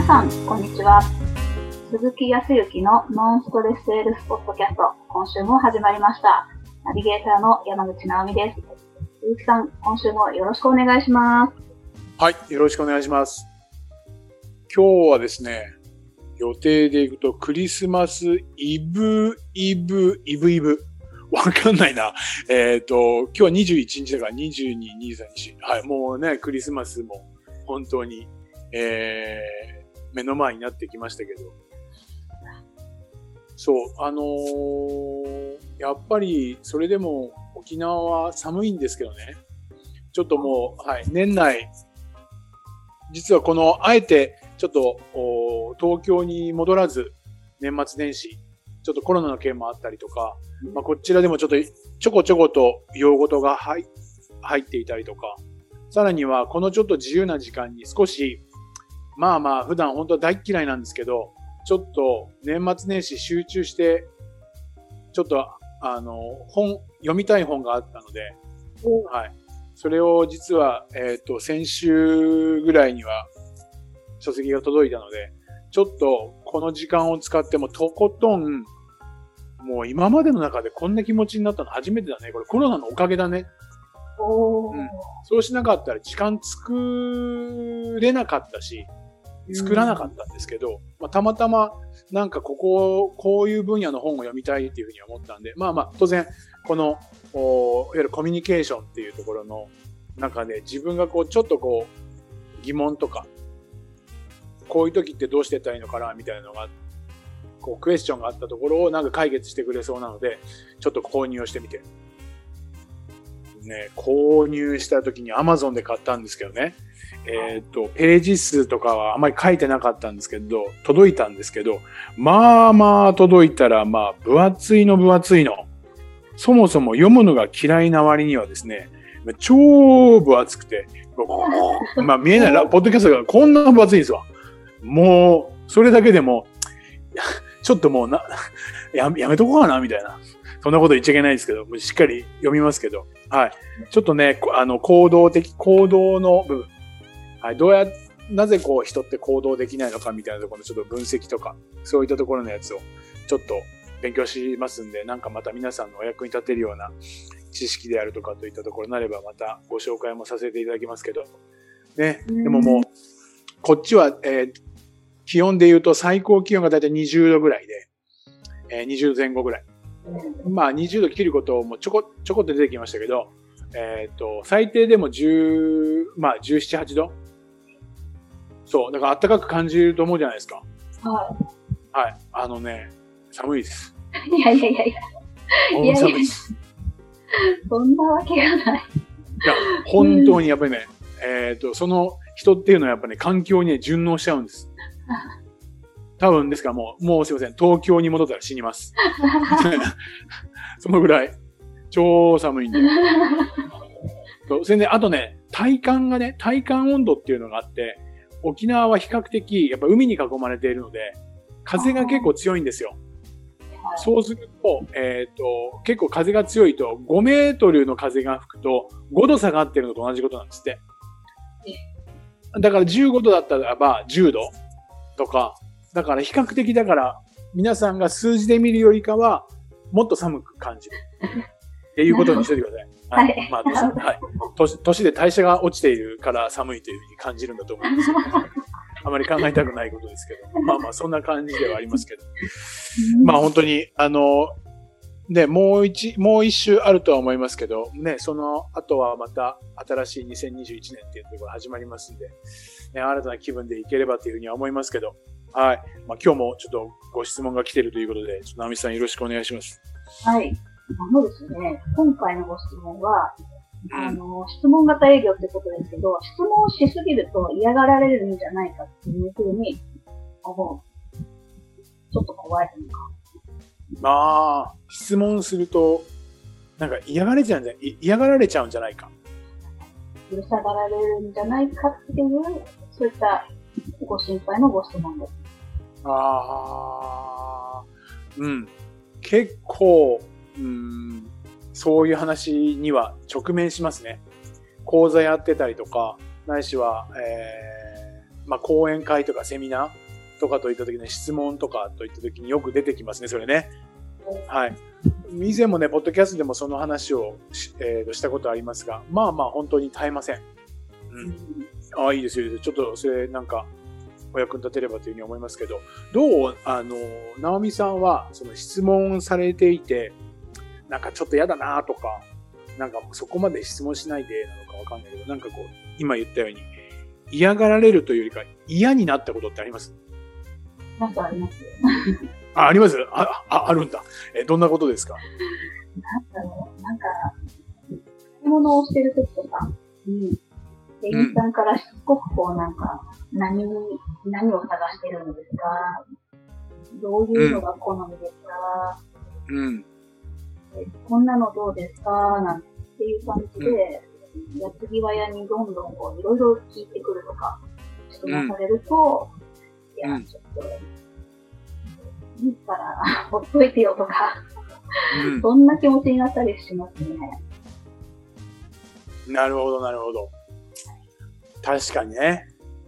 皆さん、こんにちは。鈴木康之のノンストレスセールスポッドキャスト、今週も始まりました。ナビゲーターの山口直美です。鈴木さん、今週もよろしくお願いします。 はい、よろしくお願いします。今日はですね、予定でいくとクリスマスイブ。わかんないな。今日は21日だから22、23日。はい、もうね、クリスマスも本当に、目の前になってきましたけど。そう、やっぱりそれでも沖縄は寒いんですけどね。ちょっともう、はい、年内、実はあえてちょっと東京に戻らず、年末年始、ちょっとコロナの件もあったりとか、こちらでもちょっとちょこちょこと用事が入っていたりとか、さらにはこのちょっと自由な時間に少し、普段本当は大嫌いなんですけど、ちょっと年末年始集中して、ちょっと読みたい本があったので、はい。それを実は、先週ぐらいには書籍が届いたので、ちょっとこの時間を使ってもとことん、もう今までの中でこんな気持ちになったの初めてだね。これコロナのおかげだね。そうしなかったら時間作れなかったし、作らなかったんですけど、たまたまなんかこういう分野の本を読みたいっていうふうに思ったんで、当然このいわゆるコミュニケーションっていうところの中で自分がちょっと疑問とか、こういう時ってどうしてったらいいのかなみたいなのがクエスチョンがあったところをなんか解決してくれそうなので、ちょっと購入をしてみて。ね、購入した時に Amazon で買ったんですけどね。ページ数とかはあまり書いてなかったんですけど、届いたんですけど、届いたら分厚いの。そもそも読むのが嫌いな割にはですね、超分厚くて、見えない、ポッドキャストがこんな分厚いんですわ。もう、それだけでも、ちょっともうやめとこうかな、みたいな。そんなこと言っちゃいけないですけど、しっかり読みますけど。はい。ちょっとね、行動の部分。はい。なぜ人って行動できないのかみたいなところのちょっと分析とか、そういったところのやつをちょっと勉強しますんで、なんかまた皆さんのお役に立てるような知識であるとかといったところになればまたご紹介もさせていただきますけど。ね。でももう、こっちは、気温で言うと最高気温がだいたい20度ぐらいで、20度前後ぐらい。20度切ることもちょこっと出てきましたけど、最低でも17、8度。そう。だから暖かく感じると思うじゃないですか。はい。寒いです。 いや。 寒いです。 そんなわけがない。 いや、本当にやっぱりね、その人っていうのはやっぱね、環境にね、順応しちゃうんです。多分ですからもうすいません。東京に戻ったら死にます。そのぐらい。超寒いんで。それで、あとね、体感温度っていうのがあって、沖縄は比較的、やっぱ海に囲まれているので、風が結構強いんですよ。そうすると、結構風が強いと、5メートルの風が吹くと、5度下がってるのと同じことなんですって。だから15度だったらば10度とか、だから比較的皆さんが数字で見るよりかは、もっと寒く感じる。っていうことにしておいてください。はい。年で代謝が落ちているから寒いというふうに感じるんだと思うんですけど、あまり考えたくないことですけど、そんな感じではありますけど。本当に、もう一周あるとは思いますけど、ね、その後はまた新しい2021年っていうところが始まりますんで、ね、新たな気分でいければというふうには思いますけど、はい。今日もちょっとご質問が来ているということで、直美さんよろしくお願いします。 はい。そうですね。今回のご質問は、質問型営業ってことですけど、質問しすぎると嫌がられるんじゃないかっていうふうに思う。ちょっと怖いのか。 質問すると、なんか嫌がられちゃうんじゃないか。 許さがられるんじゃないかっていう、そういったご心配のご質問です。 結構、そういう話には直面しますね。講座やってたりとか、ないしは、 まあ、講演会とかセミナーとかといった時の質問とかといった時によく出てきますね、それね。はい。以前もね、ポッドキャストでもその話をしたことありますが、まあまあ本当に絶えません。うん。ああ、いいですよ、いいですよ。ちょっとそれなんかお役に立てればというふうに思いますけど、どう、直美さんはその質問されていて、なんかちょっと嫌だなとか、なんかそこまで質問しないでなのかわかんないけど、なんかこう、今言ったように嫌がられるというよりか嫌になったことってあります？ なんかありますよ。 あります？あるんだ。どんなことですか？ なんか、買い物をしてるときとかに、店員さんからしつこくこうなんか、何を探してるのですか？どういうのが好みですか？ うん。 こんなのどうですか？なんていう感じで、矢継ぎ早にどんどんこういろいろ聞いてくるとか、質問されると、いや、ちょっと、いいからほっといてよとか、そんな気持ちになったりしますね。 なるほど、なるほど。確かにね。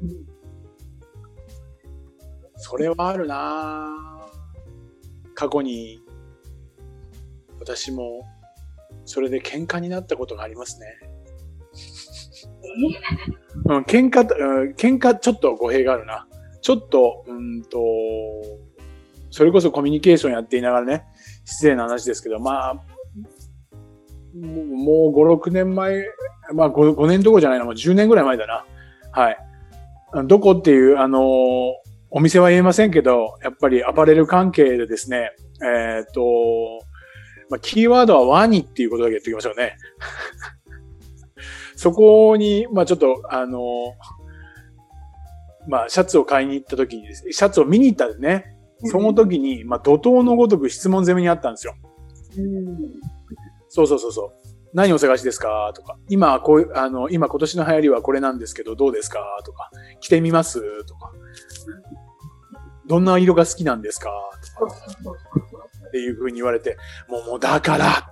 それはあるなぁ。過去に、私も、それで喧嘩になったことがありますね。喧嘩ちょっと語弊があるな。ちょっと、それこそコミュニケーションやっていながらね、失礼な話ですけど、まあ、もう5、6年前、まあ 5年どころじゃないな、もう10年ぐらい前だな。はい。どこっていう、お店は言えませんけど、やっぱりアパレル関係でですね、まあ、キーワードはワニっていうことだけ言っておきましょうね。そこに、まあちょっと、まあシャツを買いに行った時にですね、シャツを見に行ったんですね。その時に、まあ怒涛のごとく質問攻めにあったんですよ。そう。何をお探しですかとか、今今年の流行りはこれなんですけどどうですかとか、着てみますとか、どんな色が好きなんですかとか、っていう風に言われて、もうだから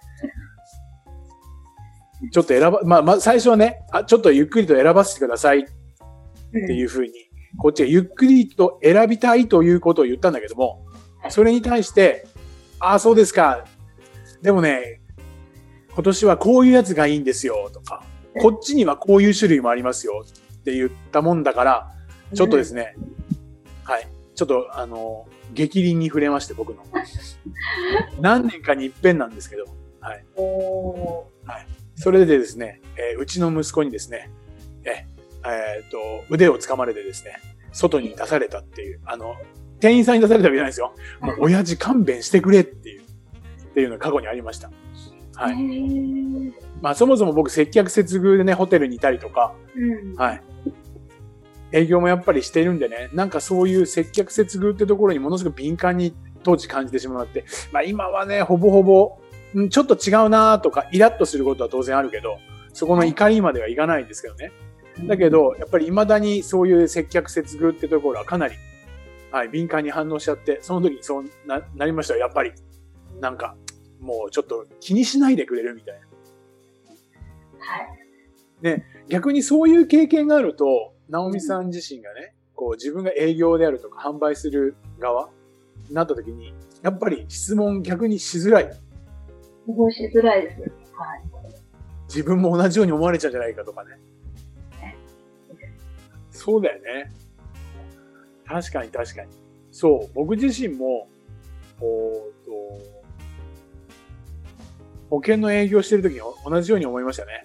ちょっとまあ最初はね、ちょっとゆっくりと選ばせてくださいっていう風に、こっちがゆっくりと選びたいということを言ったんだけども、それに対して、そうですか。でもね、今年はこういうやつがいいんですよとか、こっちにはこういう種類もありますよって言ったもんだから、ちょっとですね、はい。ちょっと逆鱗に触れまして、僕の。何年かに一遍なんですけど、はい。はい。それでですね、うちの息子にですね、腕を掴まれてですね、外に出されたっていう、店員さんに出されたわけじゃないですよ。もう親父勘弁してくれっていうのが過去にありました。はい。まあそもそも僕接客接遇でね、ホテルにいたりとか、はい。営業もやっぱりしてるんでね、なんかそういう接客接遇ってところにものすごく敏感に当時感じてしまって、まあ今はね、ほぼほぼ、ちょっと違うなとか、イラッとすることは当然あるけど、そこの怒りまではいかないんですけどね。だけど、やっぱり未だにそういう接客接遇ってところはかなり、はい、敏感に反応しちゃって、その時にそうなりましたよ、やっぱり。なんか、もうちょっと気にしないでくれるみたいな。 はい。 ね、逆にそういう経験があると、直美さん自身がね、こう自分が営業であるとか販売する側になった時に、やっぱり質問逆にしづらい。 すごいしづらいです。はい。 自分も同じように思われちゃうんじゃないかとかね。そうだよね。確かに。そう、僕自身も、保険の営業してる時に同じように思いましたね。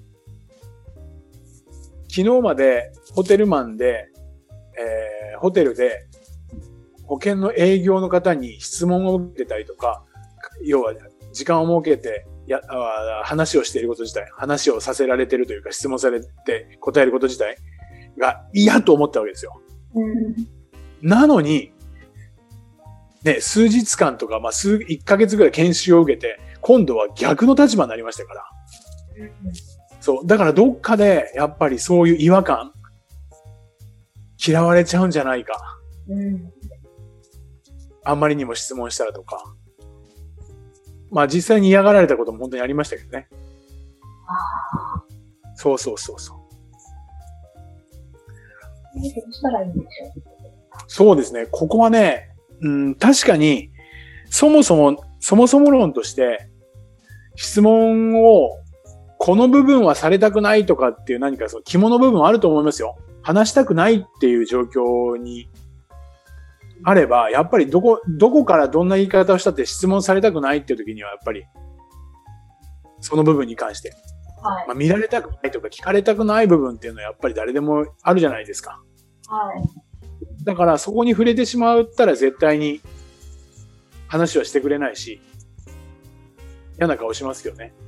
昨日までホテルマンで、ホテルで保険の営業の方に質問を受けたりとか、要は時間を設けて話をしていること自体、話をさせられているというか質問されて答えること自体が嫌と思ったわけですよ。なのに、ね、数日間とか、まあ1ヶ月ぐらい研修を受けて、今度は逆の立場になりましたから。そう。だからどっかで、やっぱりそういう違和感、嫌われちゃうんじゃないか。あんまりにも質問したらとか。まあ実際に嫌がられたことも本当にありましたけどね。そう。 どうしたらいいんでしょう。 そうですね。ここはね、確かに、そもそも論として、質問を、この部分はされたくないとかっていう何か肝の部分あると思いますよ。話したくないっていう状況にあれば、やっぱりどこからどんな言い方をしたって質問されたくないっていう時には、やっぱり、その部分に関して。 はい。 見られたくないとか聞かれたくない部分っていうのはやっぱり誰でもあるじゃないですか。 はい。 だからそこに触れてしまったら絶対に話はしてくれないし、嫌な顔しますよね。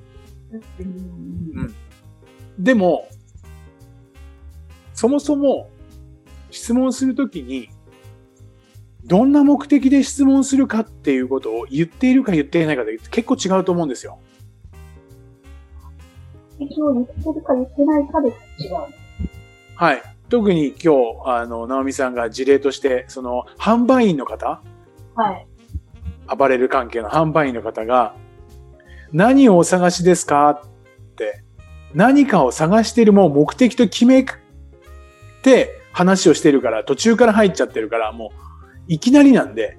でも、そもそも質問するときに、どんな目的で質問するかっていうことを言っているか言っていないかで結構違うと思うんですよ。 一応言ってるか言ってないかで違う。 はい。特に今日、直美さんが事例として、販売員の方、 はい。 アパレル関係の販売員の方が、何をお探しですかって、何かを探しているもう目的と決めて話をしてるから、途中から入っちゃってるから、もう、いきなりなんで、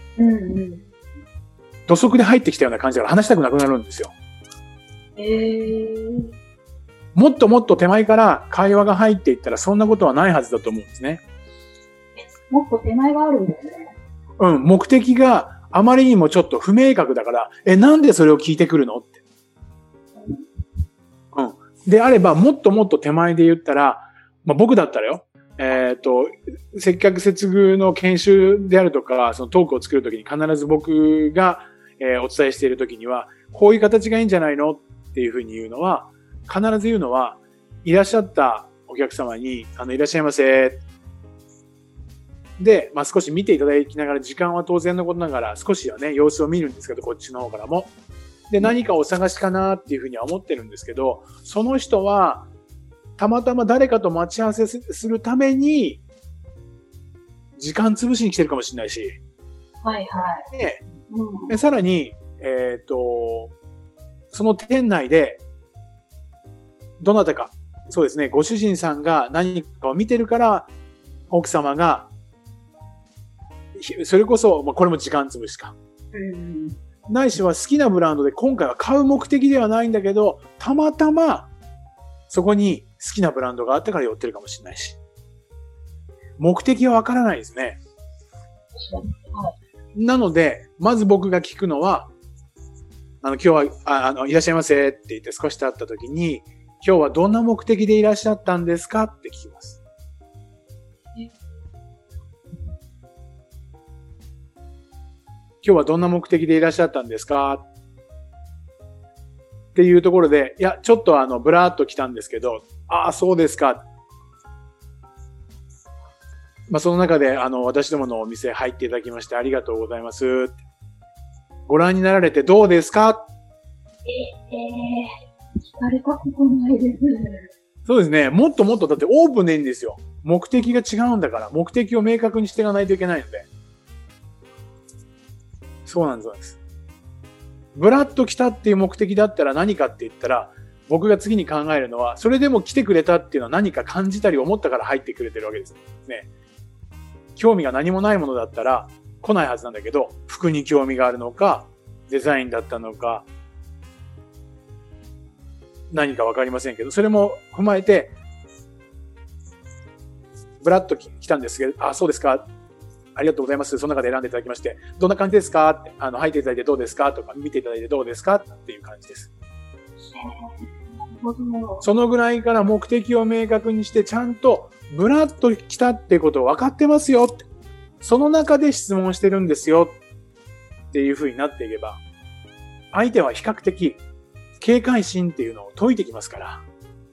土足で入ってきたような感じだから話したくなくなるんですよ。もっともっと手前から会話が入っていったらそんなことはないはずだと思うんですね。 もっと手前があるんですね。 目的があまりにもちょっと不明確だから、なんでそれを聞いてくるのって。であれば、もっともっと手前で言ったら、僕だったらよ、接客接遇の研修であるとか、そのトークを作るときに必ず僕が、お伝えしているときには、こういう形がいいんじゃないのっていうふうに言うのは、必ず言うのは、いらっしゃったお客様に、いらっしゃいませ。で、少し見ていただきながら、時間は当然のことながら、少しはね、様子を見るんですけど、こっちの方からも。で、何かお探しかなっていうふうには思ってるんですけど、その人は、たまたま誰かと待ち合わせするために、時間潰しに来てるかもしれないし。 はいはい。 でさらに、その店内で、どなたか、そうですね、ご主人さんが何かを見てるから、奥様が、それこそ、これも時間潰しか。ないしは好きなブランドで今回は買う目的ではないんだけど、たまたまそこに好きなブランドがあったから寄ってるかもしれないし。目的はわからないですね。なので、まず僕が聞くのは、今日はいらっしゃいませって言って少し経った時に、今日はどんな目的でいらっしゃったんですかって聞きます。今日はどんな目的でいらっしゃったんですかっていうところで、いや、ちょっとブラーっと来たんですけど、ああ、そうですか。その中で、私どものお店入っていただきましてありがとうございます。ご覧になられてどうですか？ 聞かれたことないです。 そうですね。もっともっとだってオープンでいいんですよ。目的が違うんだから、目的を明確にしていかないといけないので。そうなんです。ブラッと来たっていう目的だったら何かって言ったら、僕が次に考えるのは、それでも来てくれたっていうのは何か感じたり思ったから入ってくれてるわけですね。興味が何もないものだったら来ないはずなんだけど、服に興味があるのか、デザインだったのか、何かわかりませんけど、それも踏まえて、ブラッと来たんですけど、あ、そうですか。ありがとうございます。その中で選んでいただきまして、どんな感じですかって、入っていただいてどうですかとか、見ていただいてどうですかっていう感じです。そのぐらいから目的を明確にして、ちゃんとブラッと来たってことを分かってますよって。その中で質問してるんですよっていう風になっていけば、相手は比較的警戒心っていうのを解いてきますから。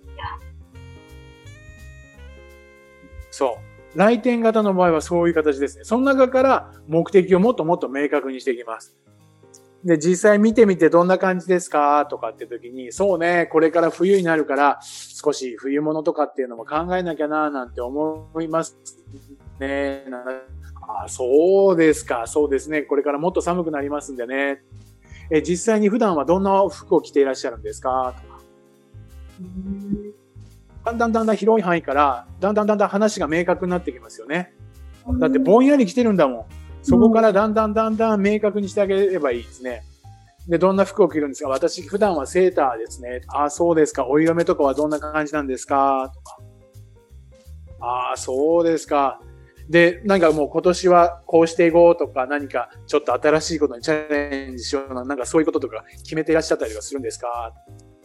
そう。来店型の場合はそういう形ですね。その中から目的をもっともっと明確にしていきます。で、実際見てみてどんな感じですかとかって時に、そうね、これから冬になるから、少し冬物とかっていうのも考えなきゃななんて思いますね。あ、そうですか、そうですね。これからもっと寒くなりますんでね。実際に普段はどんな服を着ていらっしゃるんですかとか。 だんだん広い範囲から、だんだん話が明確になってきますよね。だってぼんやり来てるんだもん。そこからだんだん明確にしてあげればいいですね。で、どんな服を着るんですか？私普段はセーターですね。ああ、そうですか。お色目とかはどんな感じなんですか？とか。ああ、そうですか。で、なんかもう今年はこうしていこうとか、何かちょっと新しいことにチャレンジしような、なんかそういうこととか決めていらっしゃったりはするんですか？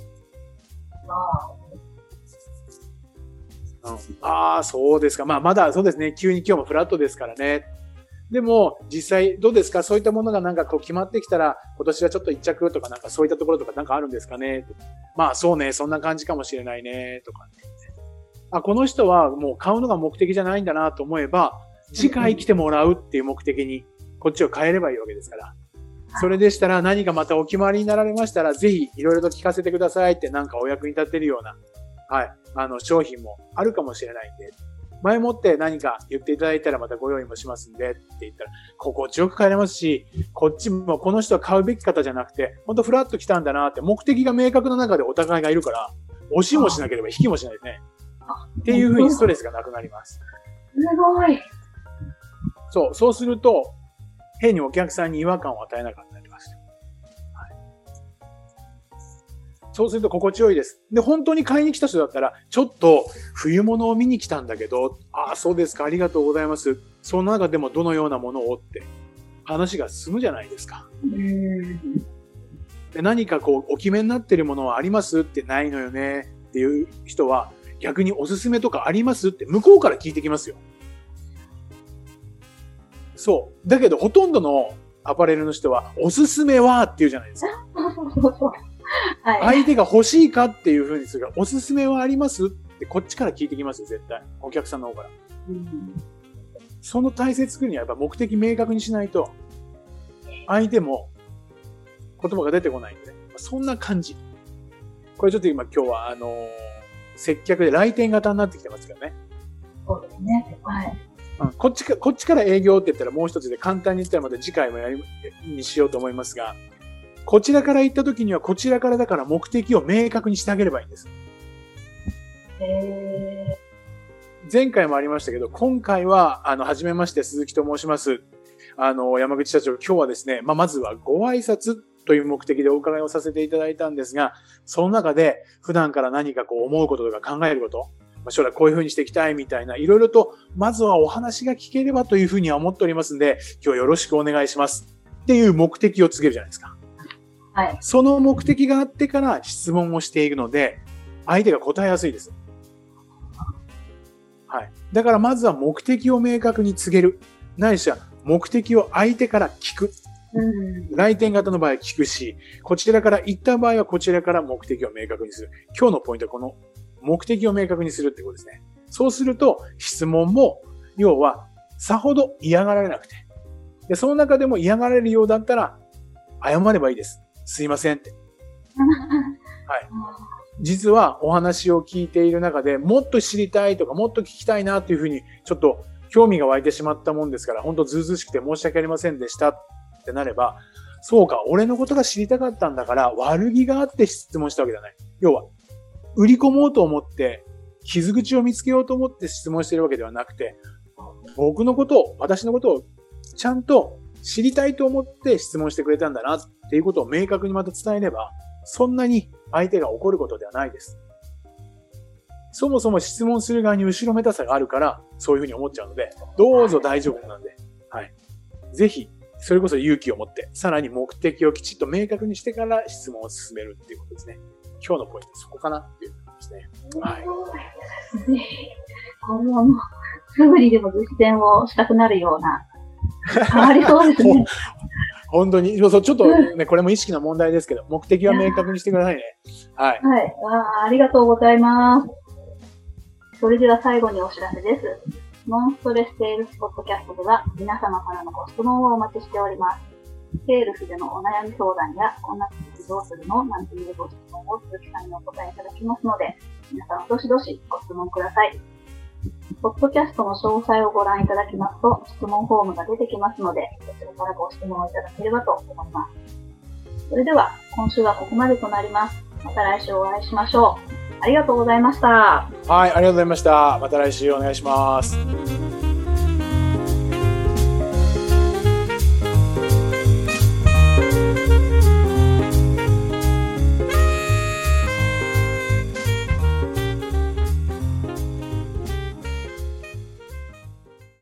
ああ、そうですか。まあ、まだそうですね。急に今日もフラットですからね。でも、実際どうですか？そういったものがなんかこう決まってきたら、今年はちょっと一着とかなんかそういったところとかなんかあるんですかね？まあ、そうね。そんな感じかもしれないね。とか。あ、この人はもう買うのが目的じゃないんだなと思えば、次回来てもらうっていう目的にこっちを変えればいいわけですから。それでしたら何かまたお決まりになられましたら、ぜひいろいろと聞かせてくださいってなんかお役に立てるような、はい、商品もあるかもしれないんで、前もって何か言っていただいたらまたご用意もしますんでって言ったら、心地よく帰れますし、こっちもこの人は買うべき方じゃなくて、ほんとフラッと来たんだなって、目的が明確な中でお互いがいるから、押しもしなければ引きもしないですね。っていう風にストレスがなくなります。 すごい。 そうすると、変にお客さんに違和感を与えなかったりなります。はい、そうすると心地よいです。で、本当に買いに来た人だったら、ちょっと冬物を見に来たんだけど、ああ、そうですか、ありがとうございます。その中でもどのようなものをって話が進むじゃないですか。で、何かこう、お決めになっているものはありますってないのよねっていう人は、逆におすすめとかありますって向こうから聞いてきますよ。そう。だけど、ほとんどのアパレルの人は、おすすめはって言うじゃないですか。はい、相手が欲しいかっていうふうにするから、おすすめはありますってこっちから聞いてきますよ、絶対。お客さんの方から。その体制作るにはやっぱ目的明確にしないと、相手も言葉が出てこないんでね。そんな感じ。これちょっと今日は接客で来店型になってきてますからね。 そうですね。はい。 こっちから営業って言ったらもう一つで簡単に言ったらまた次回もにしようと思いますが、こちらから行った時にはこちらからだから目的を明確にしてあげればいいんです。前回もありましたけど、今回は、はじめまして、鈴木と申します。山口社長、今日はですね、まずはご挨拶という目的でお伺いをさせていただいたんですが、その中で普段から何かこう思うこととか考えること、将来こういう風にしていきたいみたいな、いろいろと、まずはお話が聞ければというふうには思っておりますんで、今日よろしくお願いします。っていう目的を告げるじゃないですか。はい。その目的があってから質問をしているので、相手が答えやすいです。はい。だからまずは目的を明確に告げる。ないしは目的を相手から聞く。来店型の場合は聞くし、こちらから行った場合はこちらから目的を明確にする。今日のポイントはこの目的を明確にするってことですね。そうすると質問も、要はさほど嫌がられなくて。で、その中でも嫌がられるようだったら、謝ればいいです。すいませんって。はい。実はお話を聞いている中でもっと知りたいとかもっと聞きたいなというふうにちょっと興味が湧いてしまったもんですから、本当ずうずうしくて申し訳ありませんでしたってなれば、そうか、俺のことが知りたかったんだから悪気があって質問したわけじゃない。要は、売り込もうと思って、傷口を見つけようと思って質問しているわけではなくて、僕のことを、私のことをちゃんと知りたいと思って質問してくれたんだなっていうことを明確にまた伝えれば、そんなに相手が怒ることではないです。そもそも質問する側に後ろめたさがあるから、そういうふうに思っちゃうので、どうぞ大丈夫なんで、はい。ぜひ、それこそ勇気を持って、さらに目的をきちっと明確にしてから質問を進めるっていうことですね。今日のポイントはそこかなっていうことですね。はい。 これはもう、すぐにでも実践をしたくなるような、変わりそうですね。 本当に、ちょっとね、これも意識の問題ですけど、目的は明確にしてくださいね。はい。 はい。ありがとうございます。それでは最後にお知らせです。ノンストレスセールスポッドキャストでは皆様からのご質問をお待ちしております。セールスでのお悩み相談や、こんな時どうするのなんていうご質問を鈴木さんにお答えいただきますので、皆さんどしどしご質問ください。ポッドキャストの詳細をご覧いただきますと、質問フォームが出てきますので、そちらからご質問をいただければと思います。それでは、今週はここまでとなります。また来週お会いしましょう。 ありがとうございました。 はい、ありがとうございました。また来週お願いします。